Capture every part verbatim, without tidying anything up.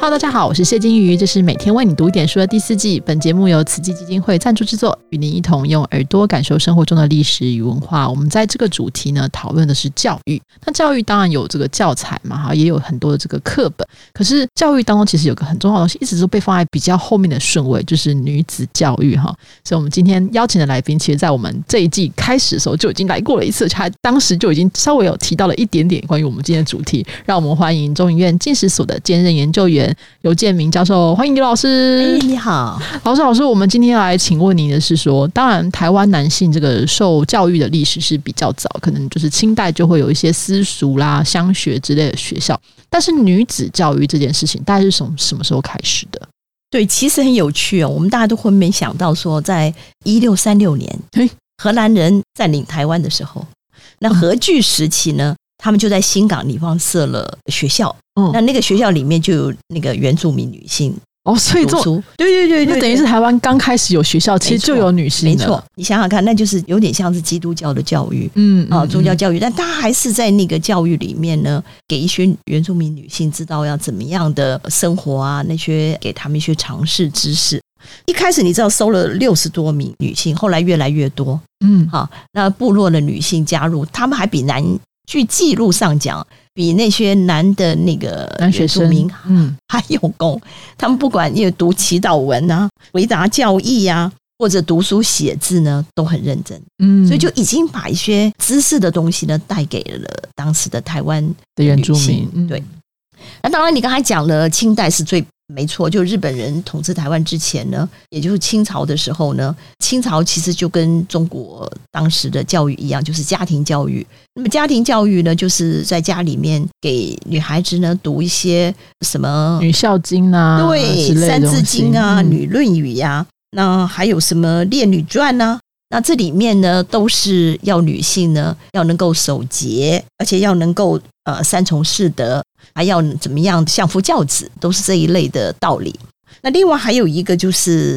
Hello， 大家好，我是谢金鱼，这是每天为你读一点书的第四季。本节目由慈济基金会赞助制作，与您一同用耳朵感受生活中的历史与文化。我们在这个主题呢，讨论的是教育。那教育当然有这个教材嘛，也有很多的这个课本。可是教育当中其实有个很重要的东西，一直都被放在比较后面的顺位，就是女子教育哈。所以我们今天邀请的来宾，其实在我们这一季开始的时候就已经来过了一次，他当时就已经稍微有提到了一点点关于我们今天的主题。让我们欢迎中研院进士所的兼任研究员游建明教授，欢迎刘老师。 哎，你好， 老师，老师，我们今天来请问您的是说，当然台湾男性这个受教育的历史是比较早，可能就是清代就会有一些私塾啦、乡学之类的学校，但是女子教育这件事情，大概是从什么时候开始的？ 对，其实很有趣哦。我们大家都会没想到说，在一六三六年，荷兰人占领台湾的时候，那荷据时期呢，他们就在新港地方设了学校。嗯，那那个学校里面就有那个原住民女性哦，所以这对对对对， 那等于是台湾刚开始有学校，其实就有女性的。 没错，你想想看，那就是有点像是基督教的教育， 嗯啊，宗教教育，但他还是在那个教育里面呢，给一些原住民女性知道要怎么样的生活啊，那些给他们一些常识知识。一开始你知道收了六十多名女性，后来越来越多，嗯，好，那部落的女性加入，他们还比男，据记录上讲，比那些男的那个原住民嗯还有功。他们不管因为读祈祷文啊、回答教义啊，或者读书写字呢，都很认真。嗯，所以就已经把一些知识的东西呢带给了当时的台湾的原住民。嗯、 对，那当然你刚才讲了，清代是最。没错，就日本人统治台湾之前呢，也就是清朝的时候呢，清朝其实就跟中国当时的教育一样，就是家庭教育。那么家庭教育呢，就是在家里面给女孩子呢读一些什么女孝经啊， 对，三字经啊、嗯、女论语呀、啊，那还有什么列女传啊。那这里面呢，都是要女性呢要能够守节，而且要能够呃三从四德，还要怎么样相夫教子，都是这一类的道理。那另外还有一个就是，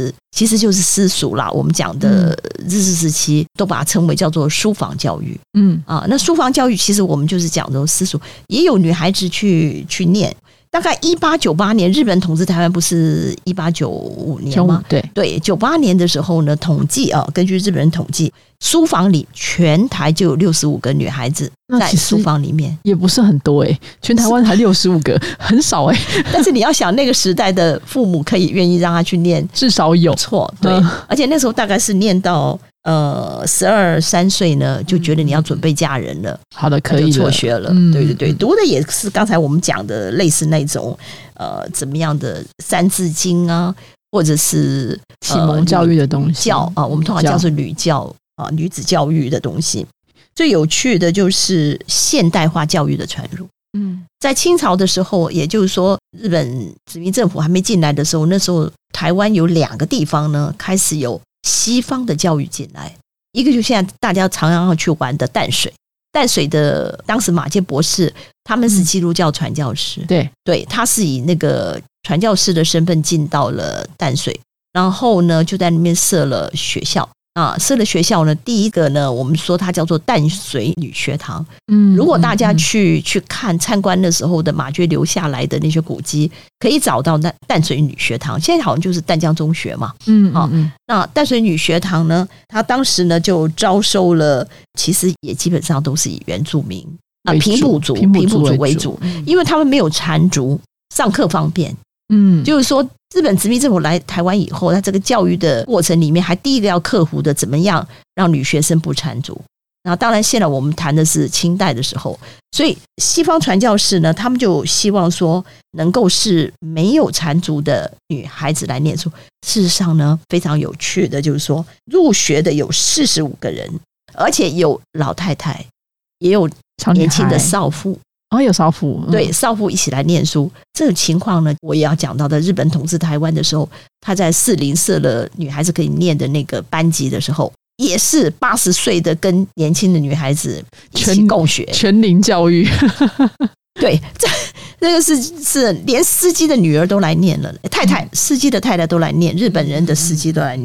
其实就是私塾啦。我们讲的日治时期都把它称为叫做书房教育。嗯啊，那书房教育其实我们就是讲的私塾，也有女孩子去去念。大概一八九八年，日本统治台湾不是一八九五年吗？ 对对，九八年的时候呢，统计啊，根据日本人统计，书房里全台就有六十五个女孩子在书房里面， 也不是很多哎、欸，全台湾才六十五个，很少哎、欸。 但是你要想，那个时代的父母可以愿意让她去念， 至少有错对、嗯，而且那时候大概是念到。呃，十二三岁呢，就觉得你要准备嫁人了， 好的，可以就辍学了。嗯、对对对，读的也是刚才我们讲的类似那种呃怎么样的三字经啊，或者是启蒙教育的东西教啊，我们通常叫做女教啊，女子教育的东西。最有趣的就是现代化教育的传入。嗯，在清朝的时候，也就是说日本殖民政府还没进来的时候，那时候台湾有两个地方呢开始有。西方的教育进来，一个就现在大家常常要去玩的淡水，淡水的当时马偕博士他们是基督教传教士， 嗯、对对，他是以那个传教士的身份进到了淡水，然后呢就在那边设了学校啊，设了学校呢，第一个呢我们说它叫做淡水女学堂。嗯，如果大家去、嗯、去看参观的时候的马偕留下来的那些古迹，可以找到那淡水女学堂，现在好像就是淡江中学嘛。嗯嗯嗯，那淡水女学堂呢，她当时呢就招收了，其实也基本上都是以原住民啊平埔族平埔族为主，因为他们没有缠足，上课方便。嗯，就是说日本殖民政府来台湾以后，他这个教育的过程里面，还第一个要克服的怎么样让女学生不缠足。然后当然现在我们谈的是清代的时候，所以西方传教士呢，他们就希望说能够是没有缠足的女孩子来念书。事实上呢，非常有趣的就是说，入学的有四十五个人，而且有老太太，也有年轻的少妇。 哦，有少妇、 嗯、对，少妇一起来念书。这种情况呢，我也要讲到的。日本统治台湾的时候，他在士林设了女孩子可以念的那个班级的时候，也是八十岁的跟年轻的女孩子一起共学， 全龄教育。 对，这这个是是连司机的女儿都来念了，太太司机的太太都来念，日本人的司机都来念。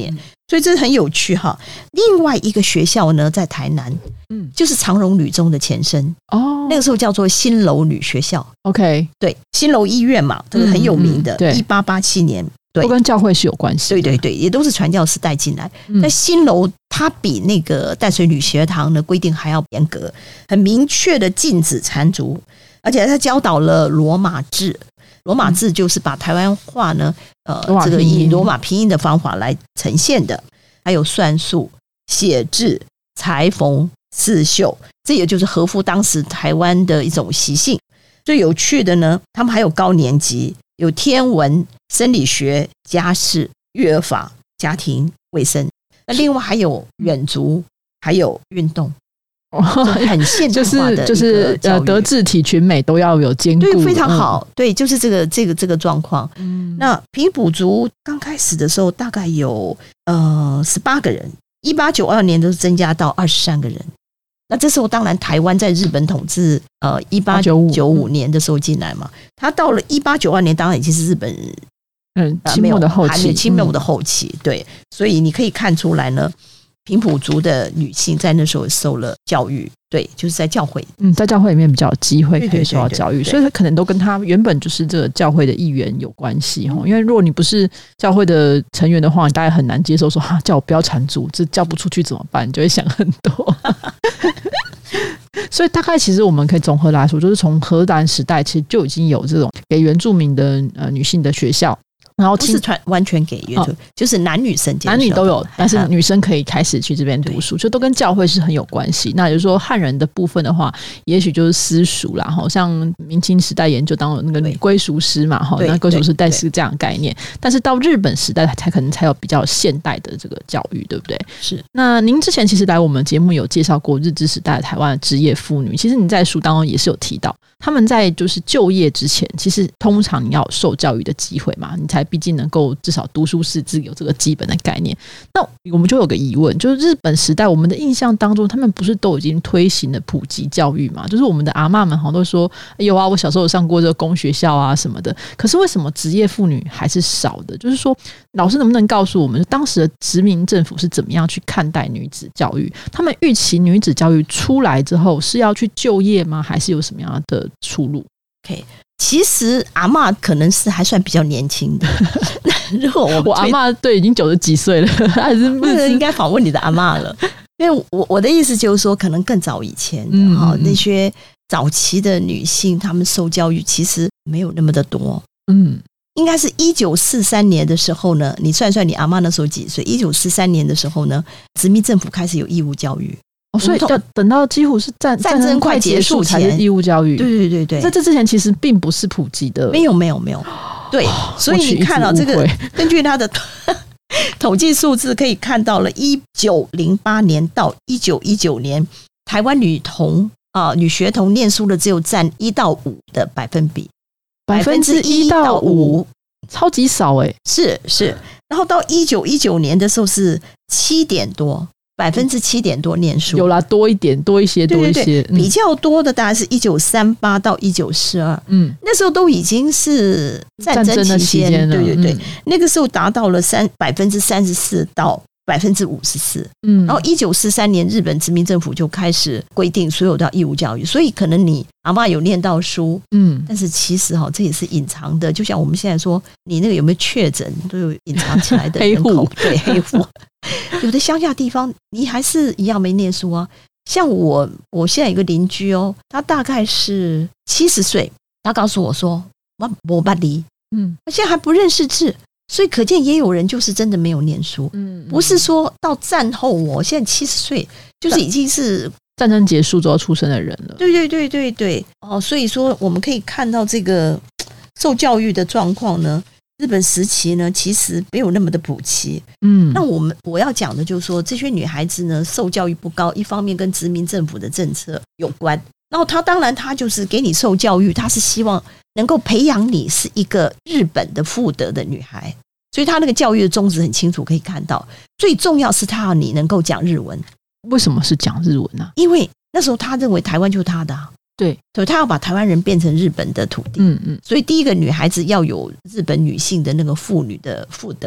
所以这很有趣哈。另外一个学校呢，在台南，嗯，就是长荣女中的前身哦，那个时候叫做新楼女学校。 OK， 对，新楼医院嘛，这个很有名的，嗯嗯、对，一八八七年。 都跟教会是有关系， 对对对，也都是传教士带进来。在、嗯、新楼，它比那个淡水女学堂的规定还要严格，很明确的禁止缠足，而且它教导了罗马字。罗马字就是把台湾话呢，呃，这个以罗马拼音的方法来呈现的，还有算术、写字、裁缝、刺绣，这也就是合乎当时台湾的一种习性。最有趣的呢，他们还有高年级。有天文、生理学、家事、乐法、家庭卫生，那另外还有远足，还有运动，哦、很现代化的就是就是呃德智体群美都要有兼顾， 对，非常好，嗯、对，就是这个这个这个状况。嗯，那平埔族刚开始的时候大概有呃十八个人，一八九二年都增加到二十三个人。那这时候当然台湾在日本统治呃一八九五年的时候进来嘛，他到了一八九二年当然已经是日本嗯清末的后期， 清末的后期、嗯、对，所以你可以看出来呢，平埔族的女性在那时候受了教育，对，就是在教会， 嗯，在教会里面比较有机会可以受到教育，对对对对对，所以他可能都跟他原本就是这个教会的意愿有关系、嗯、因为如果你不是教会的成员的话，你大概很难接受说哈，叫我不要缠足，这叫不出去怎么办，你就会想很多。所以大概其实我们可以综合来说，就是从荷兰时代其实就已经有这种给原住民的呃女性的学校，然后不是传完全给原住、哦、就是男女生男女都有，但是女生可以开始去这边读书，就都跟教会是很有关系。那就是说汉人的部分的话，也许就是私塾啦，好像明清时代研究当那个女归属师嘛，哈，那归属师带是这样的概念。但是到日本时代才可能才有比较现代的这个教育，对不对？ 是。那您之前其实来我们节目有介绍过日治时代的台湾的职业妇女，其实你在书当中也是有提到，他们在就是就业之前，其实通常你要有受教育的机会嘛，你才毕竟能够至少读书识字有这个基本的概念。那我们就有个疑问，就是日本时代我们的印象当中，他们不是都已经推行了普及教育嘛？就是我们的阿嬷们好像都说有啊，我小时候有上过这个公学校啊什么的，可是为什么职业妇女还是少的？就是说老师能不能告诉我们，当时的殖民政府是怎么样去看待女子教育？他们预期女子教育出来之后是要去就业吗？还是有什么样的出路？ OK， 其实阿嬷可能是还算比较年轻的。如果 我, 我阿嬷对已经九十几岁了，还是不是应该访问你的阿嬷了？因为我我的意思就是说，可能更早以前的、嗯嗯、那些早期的女性，她们受教育其实没有那么的多。嗯，应该是一九四三年的时候呢，你算算你阿嬷那时候几岁？一九四三年的时候呢，殖民政府开始有义务教育。 哦、所以要等到几乎是战战争快结束才是义务教育。 对对对对， 在这之前其实并不是普及的。 没有没有没有。对，所以你看到、哦、这个，根据他的统计数字可以看到了，一九零八年到一九一九年，台湾女童啊、呃、女学童念书的只有占一到五的百分比， 百分之一到五，超级少哎、欸。 是是，然后到一九一九年的时候是七点多。百分之七点多念书， 有啦，多一点，多一些，多一些。 对对对、嗯、比较多的大概是一九三八到一九四二，嗯，那时候都已经是战争期间，对对对、嗯，那个时候达到了三百分之三十四到百分之五十四，嗯，然后一九四三年日本殖民政府就开始规定所有的义务教育，所以可能你阿嬷有念到书，嗯，但是其实哈、哦、这也是隐藏的，就像我们现在说你那个有没有确诊都有隐藏起来的人口，黑户，对黑户。有的乡下地方你还是一样没念书啊，像我我现在有个邻居哦，他大概是七十岁，他告诉我说我没办理，嗯，他现在还不认识字，所以可见也有人就是真的没有念书，嗯，不是说到战后我现在七十岁就是已经是战争结束之后出生的人了， 对对对对对，哦，所以说我们可以看到这个受教育的状况呢，日本时期呢，其实没有那么的普及。嗯，那我们我要讲的就是说，这些女孩子呢，受教育不高，一方面跟殖民政府的政策有关。然后她当然她就是给你受教育，她是希望能够培养你是一个日本的妇德的女孩。所以她那个教育的宗旨很清楚，可以看到，最重要是她要你能够讲日文。 为什么是讲日文呢、啊？ 因为那时候她认为台湾就是她的、啊。 对， 所以他要把台湾人变成日本的土地，嗯嗯，所以第一个女孩子要有日本女性的那个妇女的妇德，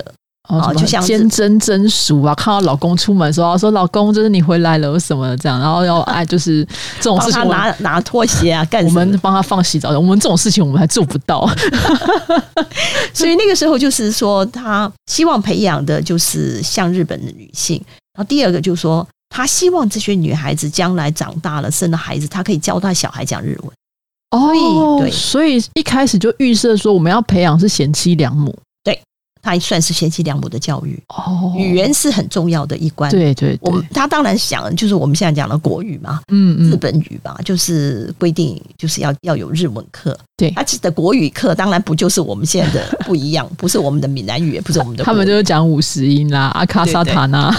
哦， 就像坚贞贞淑啊，看到老公出门的时候说老公就是你回来了什么的这样，然后要哎就是这种事情帮他拿拿拖鞋啊干什么， 我们帮他放洗澡，我们这种事情我们还做不到。 所以那个时候就是说他希望培养的就是像日本的女性，然后第二个就是说他希望这些女孩子将来长大了生了孩子，他可以教他小孩讲日文。 哦， 对， 所以一开始就预设说我们要培养是贤妻良母。 对，他算是贤妻良母的教育。 哦， 语言是很重要的一关。 对对对， 我们他当然想就是我们现在讲的国语嘛， 嗯嗯， 日本语吧，就是规定就是要要有日文课。 对， 他的国语课当然不就是我们现在的不一样，不是我们的闽南语，也不是我们的国语， 他们就是讲五十音啦，阿卡萨塔纳。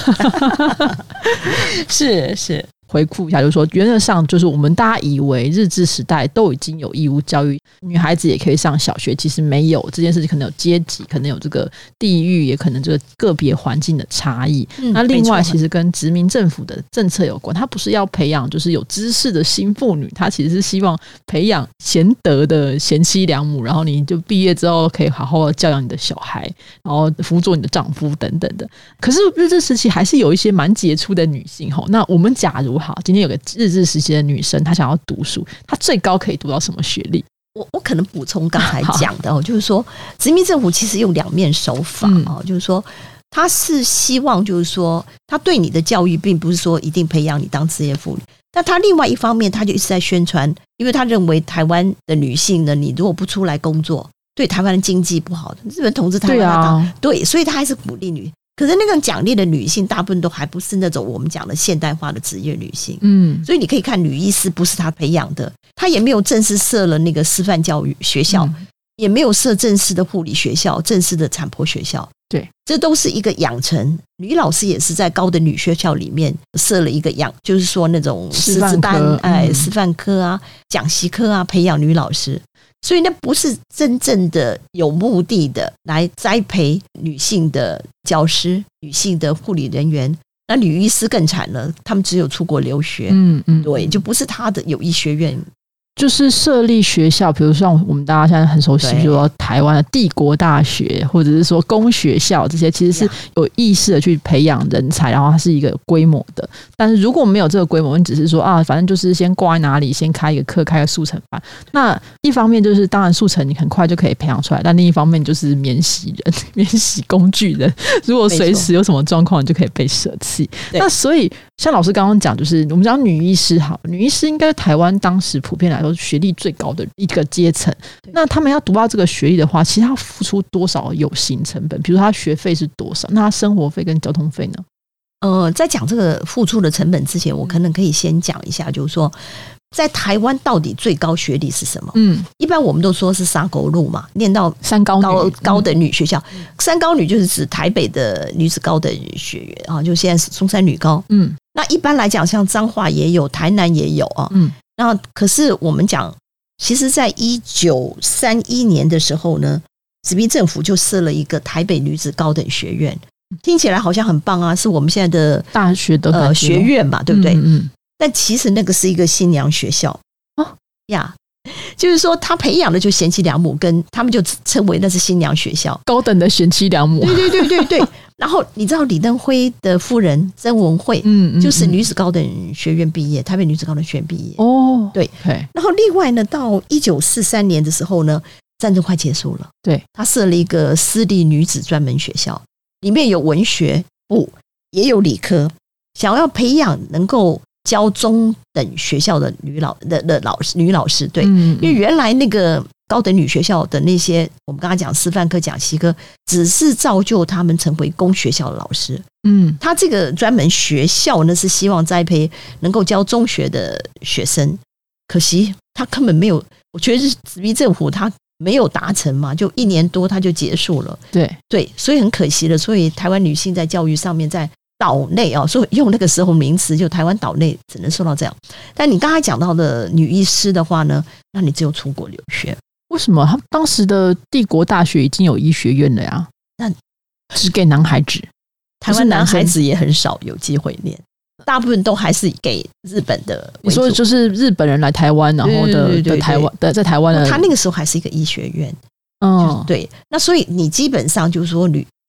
是是。 回顾一下，就是说，原则上就是我们大家以为日治时代都已经有义务教育，女孩子也可以上小学，其实没有这件事情，可能有阶级，可能有这个地域，也可能这个个别环境的差异。嗯、那另外，其实跟殖民政府的政策有关，他不是要培养就是有知识的新妇女，他其实是希望培养贤德的贤妻良母，然后你就毕业之后可以好好的教养你的小孩，然后辅佐你的丈夫等等的。可是日治时期还是有一些蛮杰出的女性吼，那我们假如好，今天有个日治时期的女生，她想要读书，她最高可以读到什么学历？ 我我可能补充刚才讲的哦，就是说殖民政府其实用两面手法哦，嗯、就是说他是希望就是说他对你的教育并不是说一定培养你当职业妇女，但他另外一方面他就一直在宣传，因为他认为台湾的女性呢，你如果不出来工作，对台湾的经济不好的，日本统治台湾，对啊，对，所以他还是鼓励女。可是那种奖励的女性大部分都还不是那种我们讲的现代化的职业女性，嗯，所以你可以看女医师不是她培养的，她也没有正式设了那个师范教育学校，嗯、也没有设正式的护理学校、正式的产婆学校， 对， 这都是一个养成。女老师也是在高等女学校里面设了一个养，就是说那种师资班，哎，嗯、师范科啊、讲习科啊，培养女老师。所以那不是真正的有目的的来栽培女性的教师、女性的护理人员。那女医师更惨了，他们只有出国留学，嗯嗯，对，就不是他的有医学院。 就是设立学校，比如说我们大家现在很熟悉，比如说台湾的帝国大学，或者是说公学校，这些其实是有意识的去培养人才，然后它是一个规模的。但是如果没有这个规模，你只是说啊，反正就是先挂在哪里，先开一个课，开个速成班。那一方面就是当然速成你很快就可以培养出来，但另一方面就是免洗人、免洗工具人，如果随时有什么状况，你就可以被舍弃。那所以像老师刚刚讲，就是我们讲女医师好，女医师应该台湾当时普遍来说学历最高的一个阶层，那他们要读到这个学历的话，其实他付出多少有形成本？比如说他学费是多少，那他生活费跟交通费呢？ 呃，在讲这个付出的成本之前，我可能可以先讲一下，就是说在台湾到底最高学历是什么？嗯，一般我们都说是沙狗路嘛，念到三高高高等女学校，嗯、三高女就是指台北的女子高等学院啊，就现在是中山女高。嗯，那一般来讲，像彰化也有，台南也有啊。嗯，那可是我们讲，其实在一九三一年的时候呢，殖民政府就设了一个台北女子高等学院。听起来好像很棒啊，是我们现在的大学的呃学院嘛，对不对？ 嗯嗯， 但其实那个是一个新娘学校哦呀，就是说他培养的就贤妻良母，跟他们就称为那是新娘学校， 高等的贤妻良母。 对对对对对。然后你知道李登辉的夫人曾文惠，嗯嗯，就是女子高等学院毕业，台北女子高等学院毕业哦，对。然后另外呢，到一九四三年的时候呢，战争快结束了， 对， 他设了一个私立女子专门学校。里面有文学部，也有理科，想要培养能够教中等学校的女老的的老师女老师，对，嗯、因为原来那个高等女学校的那些，我们刚刚讲师范科、讲习科，只是造就他们成为公学校的老师。嗯，他这个专门学校呢，是希望栽培能够教中学的学生，可惜他根本没有，我觉得是殖民政府他。没有达成嘛，就一年多它就结束了。 对对，所以很可惜了。所以台湾女性在教育上面，在岛内啊，所以用那个时候名词，就台湾岛内只能受到这样。但你刚才讲到的女医师的话呢，那你只有出国留学。 为什么？他当时的帝国大学已经有医学院了呀， 那只给男孩子， 台湾男孩子也很少有机会念。大部分都还是给日本的。 你说就是日本人来台湾，然后的对对对对的台湾的在台湾的， 他那个时候还是一个医学院，嗯，对。那所以你基本上就是说女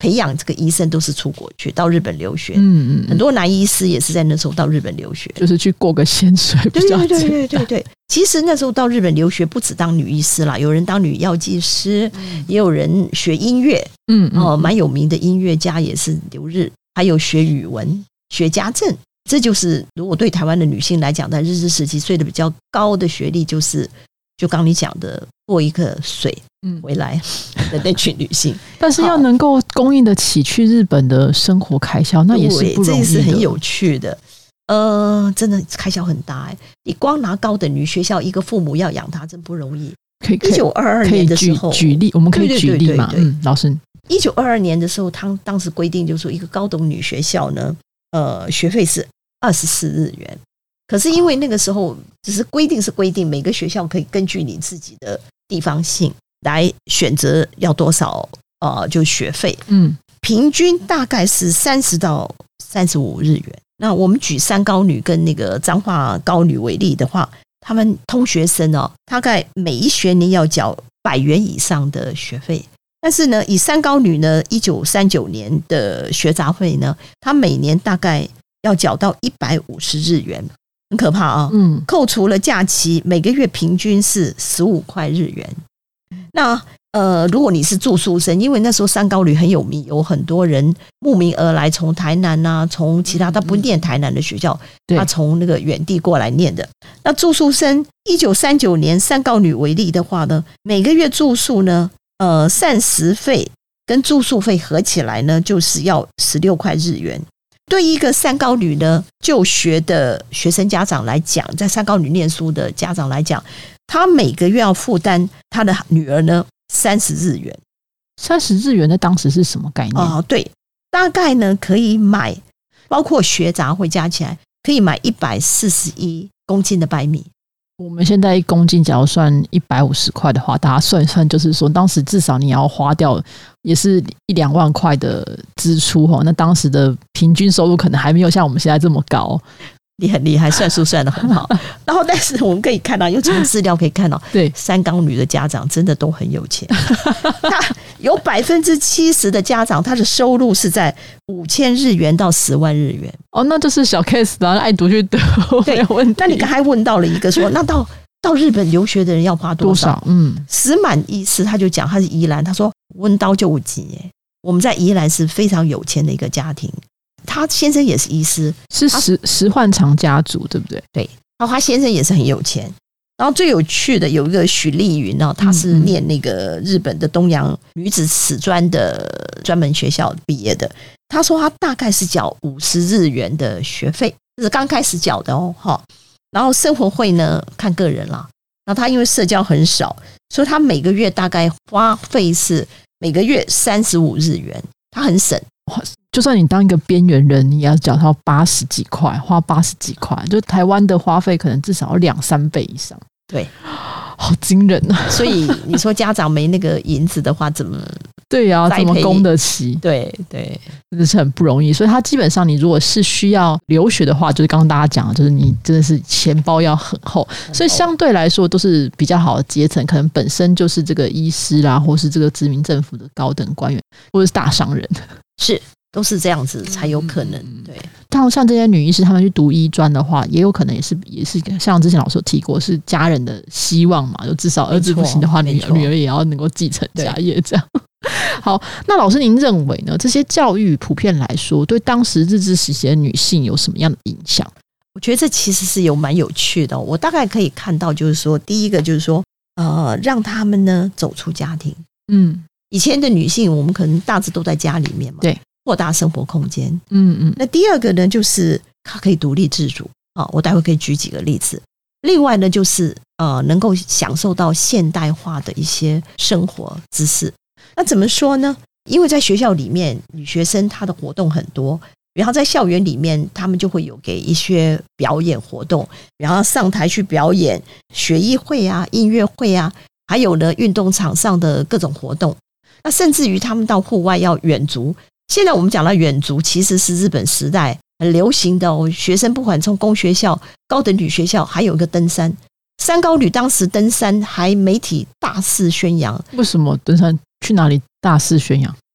培养这个医生都是出国去到日本留学， 嗯嗯， 很多男医师也是在那时候到日本留学， 就是去过个咸水比较简单。 对对对对对对。其实那时候到日本留学，不只当女医师啦，有人当女药剂师，嗯、也有人学音乐，嗯哦，蛮、呃、有名的音乐家也是留日，还有学语文、学家政。这就是如果对台湾的女性来讲，在日治时期睡得比较高的学历，就是就刚你讲的过一个水回来的那群女性。 但是要能够供应得起去日本的生活开销，那也是不容易的。 这也是很有趣的。呃，真的开销很大哎！你光拿高等女学校，一个父母要养她，真不容易。 可以， 一九二二年的时候， 举例，我们可以举例嘛？嗯，老师， 一九二二年的时候，他当时规定就是说，一个高等女学校呢，呃，学费是二十四日元。可是因为那个时候只是规定是规定，每个学校可以根据你自己的地方性来选择要多少呃，就学费。嗯，平均大概是三十到三十五日元。那我们举三高女跟那个彰化高女为例的话，他们通学生哦，大概每一学年要缴百元以上的学费。但是呢，以三高女呢，一九三九年的学杂费呢，她每年大概要缴到一百五十日元，很可怕啊、哦！嗯，扣除了假期，每个月平均是十五块日元。那呃，如果你是住宿生，因为那时候三高女很有名，有很多人慕名而来，从台南啊，从其他他不念台南的学校，他从那个远地过来念的。那住宿生，一九三九年三高女为例的话呢，每个月住宿呢，呃，膳食费跟住宿费合起来呢，就是要十六块日元。对一个三高女呢就学的学生家长来讲，在三高女念书的家长来讲，他每个月要负担他的女儿呢三十日元。 三十日元在当时是什么概念？ 哦，对，大概呢可以买，包括学杂会加起来，可以买一百四十一公斤的白米。 我们现在一公斤假如算一百五十块的话，大家算一算，就是说当时至少你要花掉也是一两万块的支出，那当时的平均收入可能还没有像我们现在这么高。 你很厉害，算数算得很好。然后，但是我们可以看到，有从资料可以看到，对三高女的家长真的都很有钱。他有百分之七十的家长，他的收入是在五千日元到十万日元。 哦，那就是小 case 啦，爱读去读，没有问题。 那你刚才问到了一个说，那到到日本留学的人要花多少？多少嗯，石满医师他就讲，他是宜兰，他说温刀就五级耶。我们在宜兰是非常有钱的一个家庭。他先生也是医师， 是石石焕长家族，对不对？ 对，然后他先生也是很有钱。然后最有趣的有一个许丽云哦，她是念那个日本的东洋女子史专的专门学校毕业的。她说她大概是缴五十日元的学费，这是刚开始缴的哦，哈。然后生活费呢，看个人啦。然后她因为社交很少，所以她每个月大概花费是每个月三十五日元，她很省。 就算你当一个边缘人，你也要缴到八十几块，花八十几块，就台湾的花费可能至少要两三倍以上。 对， 好惊人啊！ 所以你说家长没那个银子的话，怎么对呀、啊？怎么供得起？ 对对， 真的是很不容易。所以他基本上，你如果是需要留学的话，就是刚刚大家讲的，就是你真的是钱包要很厚，所以相对来说都是比较好的阶层，可能本身就是这个医师啦，或是这个殖民政府的高等官员，或者是大商人， 是。都是这样子才有可能。对， 像像这些女医师，她们去读医专的话，也有可能也是也是像之前老师有提过，是家人的希望嘛，就至少儿子不行的话，女女儿也要能够继承家业这样。好，那老师您认为呢？这些教育普遍来说，对当时日治时期的女性有什么样的影响？ 我觉得这其实是有蛮有趣的、哦。我大概可以看到，就是说，第一个就是说，呃，让他们呢走出家庭。嗯，以前的女性，我们可能大致都在家里面嘛。 对。 扩大生活空间， 嗯嗯。 那第二个呢，就是他可以独立自主啊。我待会可以举几个例子。另外呢，就是呃，能够享受到现代化的一些生活知识。那怎么说呢？因为在学校里面，女学生她的活动很多，然后在校园里面，他们就会有给一些表演活动，然后上台去表演学艺会啊、音乐会啊，还有呢运动场上的各种活动。那甚至于他们到户外要远足。现在我们讲到远足，其实是日本时代很流行的哦。学生不管从公学校、高等女学校，还有一个登山。三高女当时登山还媒体大肆宣扬。 为什么登山？去哪里大肆宣扬？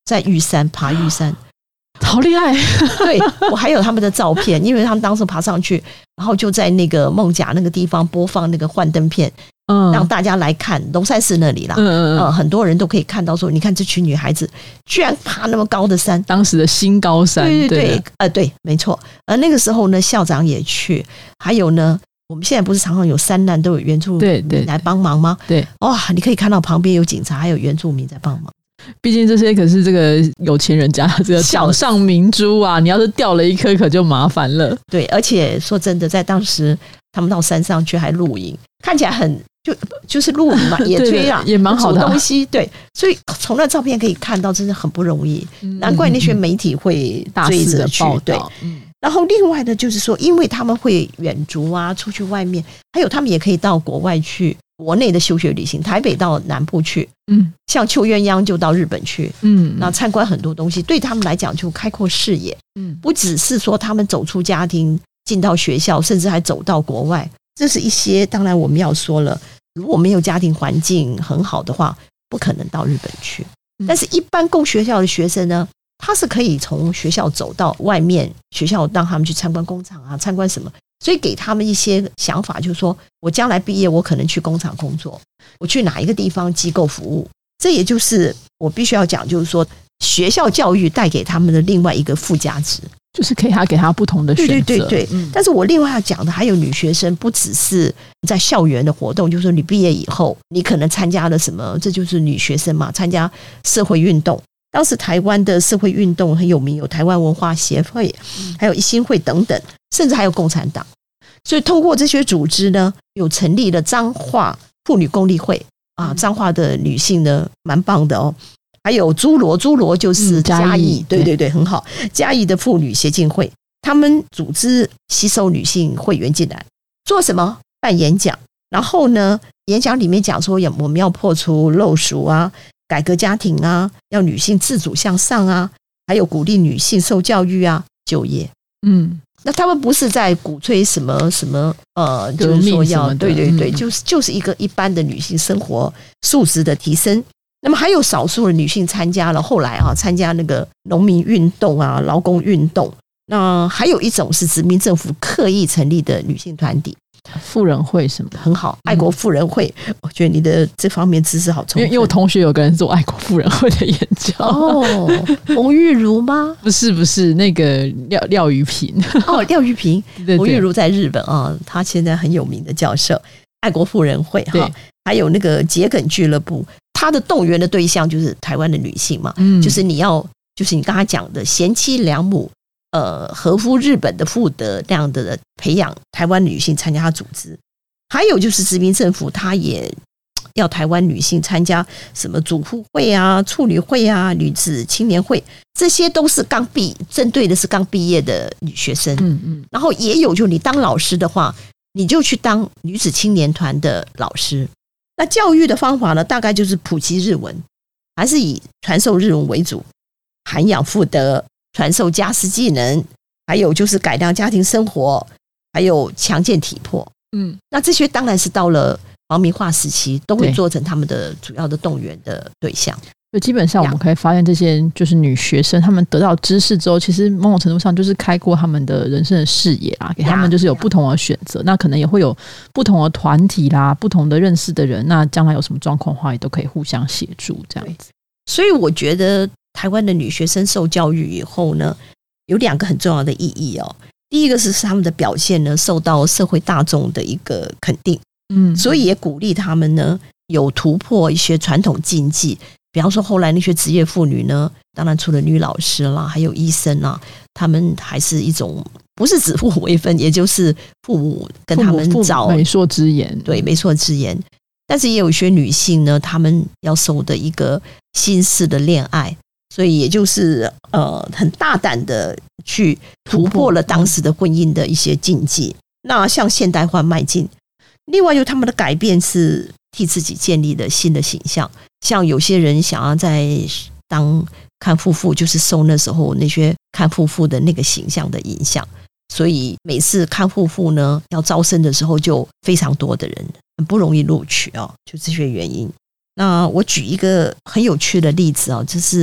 在玉山爬玉山， 好厉害！ 对，我还有他们的照片，因为他们当时爬上去，然后就在那个艋舺那个地方播放那个幻灯片，嗯，让大家来看龙山寺那里啦，嗯嗯嗯、呃，很多人都可以看到说，你看这群女孩子居然爬那么高的山， 当时的新高山， 对对对，呃，对，没错。而那个时候呢，校长也去，还有呢，我们现在不是常常有山难都有原住民来帮忙吗？ 对， 哇，你可以看到旁边有警察，还有原住民在帮忙。 毕竟这些可是这个有钱人家这个掌上明珠啊，你要是掉了一颗可就麻烦了。 对，而且说真的，在当时他们到山上去还露营，看起来很就就是露营嘛，野炊啊， 也蛮好的、啊、 煮东西。对，所以从那照片可以看到，真的很不容易，嗯、难怪那些媒体会追着去。对，嗯。然后另外的就是说，因为他们会远足啊，出去外面，还有他们也可以到国外去。国内的休学旅行，台北到南部去，嗯，像邱鸳鸯就到日本去，嗯，那参观很多东西，对他们来讲就开阔视野，嗯，不只是说他们走出家庭，进到学校，甚至还走到国外，这是一些当然我们要说了，如果没有家庭环境很好的话，不可能到日本去。但是，一般公学校的学生呢，他是可以从学校走到外面，学校让他们去参观工厂啊，参观什么。所以给他们一些想法，就是说我将来毕业，我可能去工厂工作，我去哪一个地方机构服务，这也就是我必须要讲，就是说学校教育带给他们的另外一个附加值， 就是可以他给他不同的选择。 对对对对、嗯。但是我另外要讲的还有女学生，不只是在校园的活动，就是说你毕业以后，你可能参加了什么，这就是女学生嘛，参加社会运动。当时台湾的社会运动很有名，有台湾文化协会，还有一心会等等，甚至还有共产党。所以通过这些组织呢，有成立了彰化妇女共立会啊，彰化的女性呢蛮棒的哦。还有诸罗，诸罗就是嘉义，对对对，很好。嘉义的妇女协进会，他们组织吸收女性会员进来，做什么？办演讲。然后呢，演讲里面讲说，我们要破除陋俗啊，改革家庭啊，要女性自主向上啊，还有鼓励女性受教育啊，就业。嗯。那他们不是在鼓吹什么什么呃，就是说要对对对，就是就是一个一般的女性生活素质的提升。那么还有少数的女性参加了，后来啊参加那个农民运动啊、劳工运动。那还有一种是殖民政府刻意成立的女性团体， 妇人会什么的， 很好，爱国妇人会、嗯、我觉得你的这方面知识好充分。 因为我同学有个人做爱国妇人会的研究。 哦，冯玉茹吗？ 不是不是，那个廖廖玉萍。 哦，廖玉萍，冯玉茹在日本啊，她现在很有名的教授，爱国妇人会哈，还有那个桔梗俱乐部，她的动员的对象就是台湾的女性嘛，嗯，就是你要，就是你刚才讲的贤妻良母。呃，合乎日本的妇德那样的培养台湾女性参加他组织，还有就是殖民政府他也要台湾女性参加什么主妇会啊、处女会啊、女子青年会，这些都是刚毕针对的是刚毕业的女学生。嗯嗯，然后也有就你当老师的话，你就去当女子青年团的老师。那教育的方法呢，大概就是普及日文，还是以传授日文为主，涵养妇德。传授家事技能，还有就是改良家庭生活，还有强健体魄。嗯，那这些当然是到了皇民化时期都会做成他们的主要的动员的对象。 就基本上我们可以发现，这些就是女学生，她们得到知识之后，其实某种程度上就是开阔她们的人生的视野啦，给她们就是有不同的选择。那可能也会有不同的团体啦，不同的认识的人，那将来有什么状况的话，也都可以互相协助这样子。 所以我觉得台湾的女学生受教育以后呢，有两个很重要的意义哦。第一个是他们的表现呢受到社会大众的一个肯定，嗯，所以也鼓励他们呢有突破一些传统禁忌。比方说后来那些职业妇女呢，当然除了女老师啦，还有医生啦，他们还是一种不是指腹为婚，也就是父母跟他们找媒妁之言， 对，媒妁之言。但是也有一些女性呢，她们要受的一个新式的恋爱，所以也就是呃很大胆的去突破了当时的婚姻的一些禁忌，那向现代化迈进。另外，就他们的改变是替自己建立了新的形象，像有些人想要在当看妇妇，就是受那时候那些看妇妇的那个形象的影响，所以每次看妇妇呢要招生的时候，就非常多的人很不容易录取哦，就这些原因。那我举一个很有趣的例子哦，就是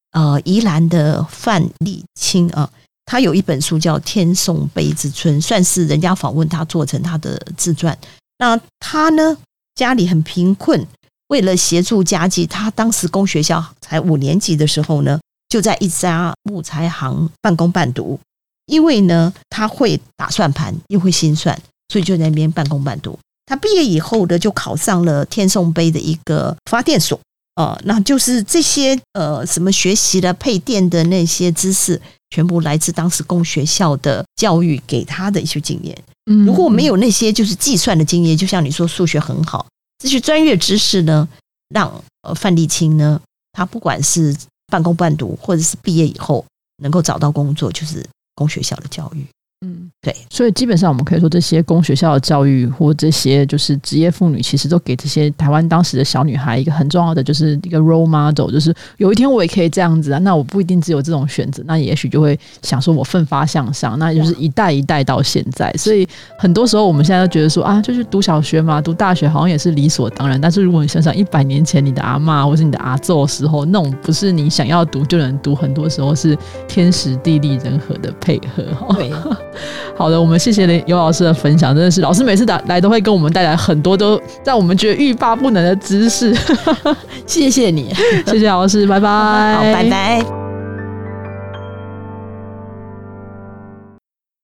呃宜兰的范立清啊，他有一本书叫《天颂碑之春》，算是人家访问他做成他的自传。那他呢家里很贫困，为了协助家计，他当时供学校才五年级的时候呢，就在一家木材行半工半读。因为呢他会打算盘又会心算，所以就在那边半工半读。他毕业以后呢，就考上了天颂碑的一个发电所，呃，那就是这些呃什么学习的配电的那些知识，全部来自当时公学校的教育给他的一些经验。嗯，如果没有那些就是计算的经验，就像你说数学很好，这些专业知识呢，让呃范立清呢，他不管是半工半读，或者是毕业以后能够找到工作，就是公学校的教育。嗯，对， 所以基本上我们可以说，这些公学校的教育或这些就是职业妇女，其实都给这些台湾当时的小女孩一个很重要的，就是一个 role model， 就是有一天我也可以这样子啊，那我不一定只有这种选择，那也许就会想说我奋发向上，那就是一代一代到现在。所以很多时候我们现在都觉得说啊，就是读小学嘛，读大学好像也是理所当然，但是如果你想想一百年前你的阿嬷或是你的阿祖的时候，那种不是你想要读就能读，很多时候是天时地利人和的配合。 对。 好的，我们谢谢尤老师的分享，真的是老师每次来都会跟我们带来很多都让我们觉得欲罢不能的知识。 谢谢你， 谢谢老师，拜拜。 好，拜拜。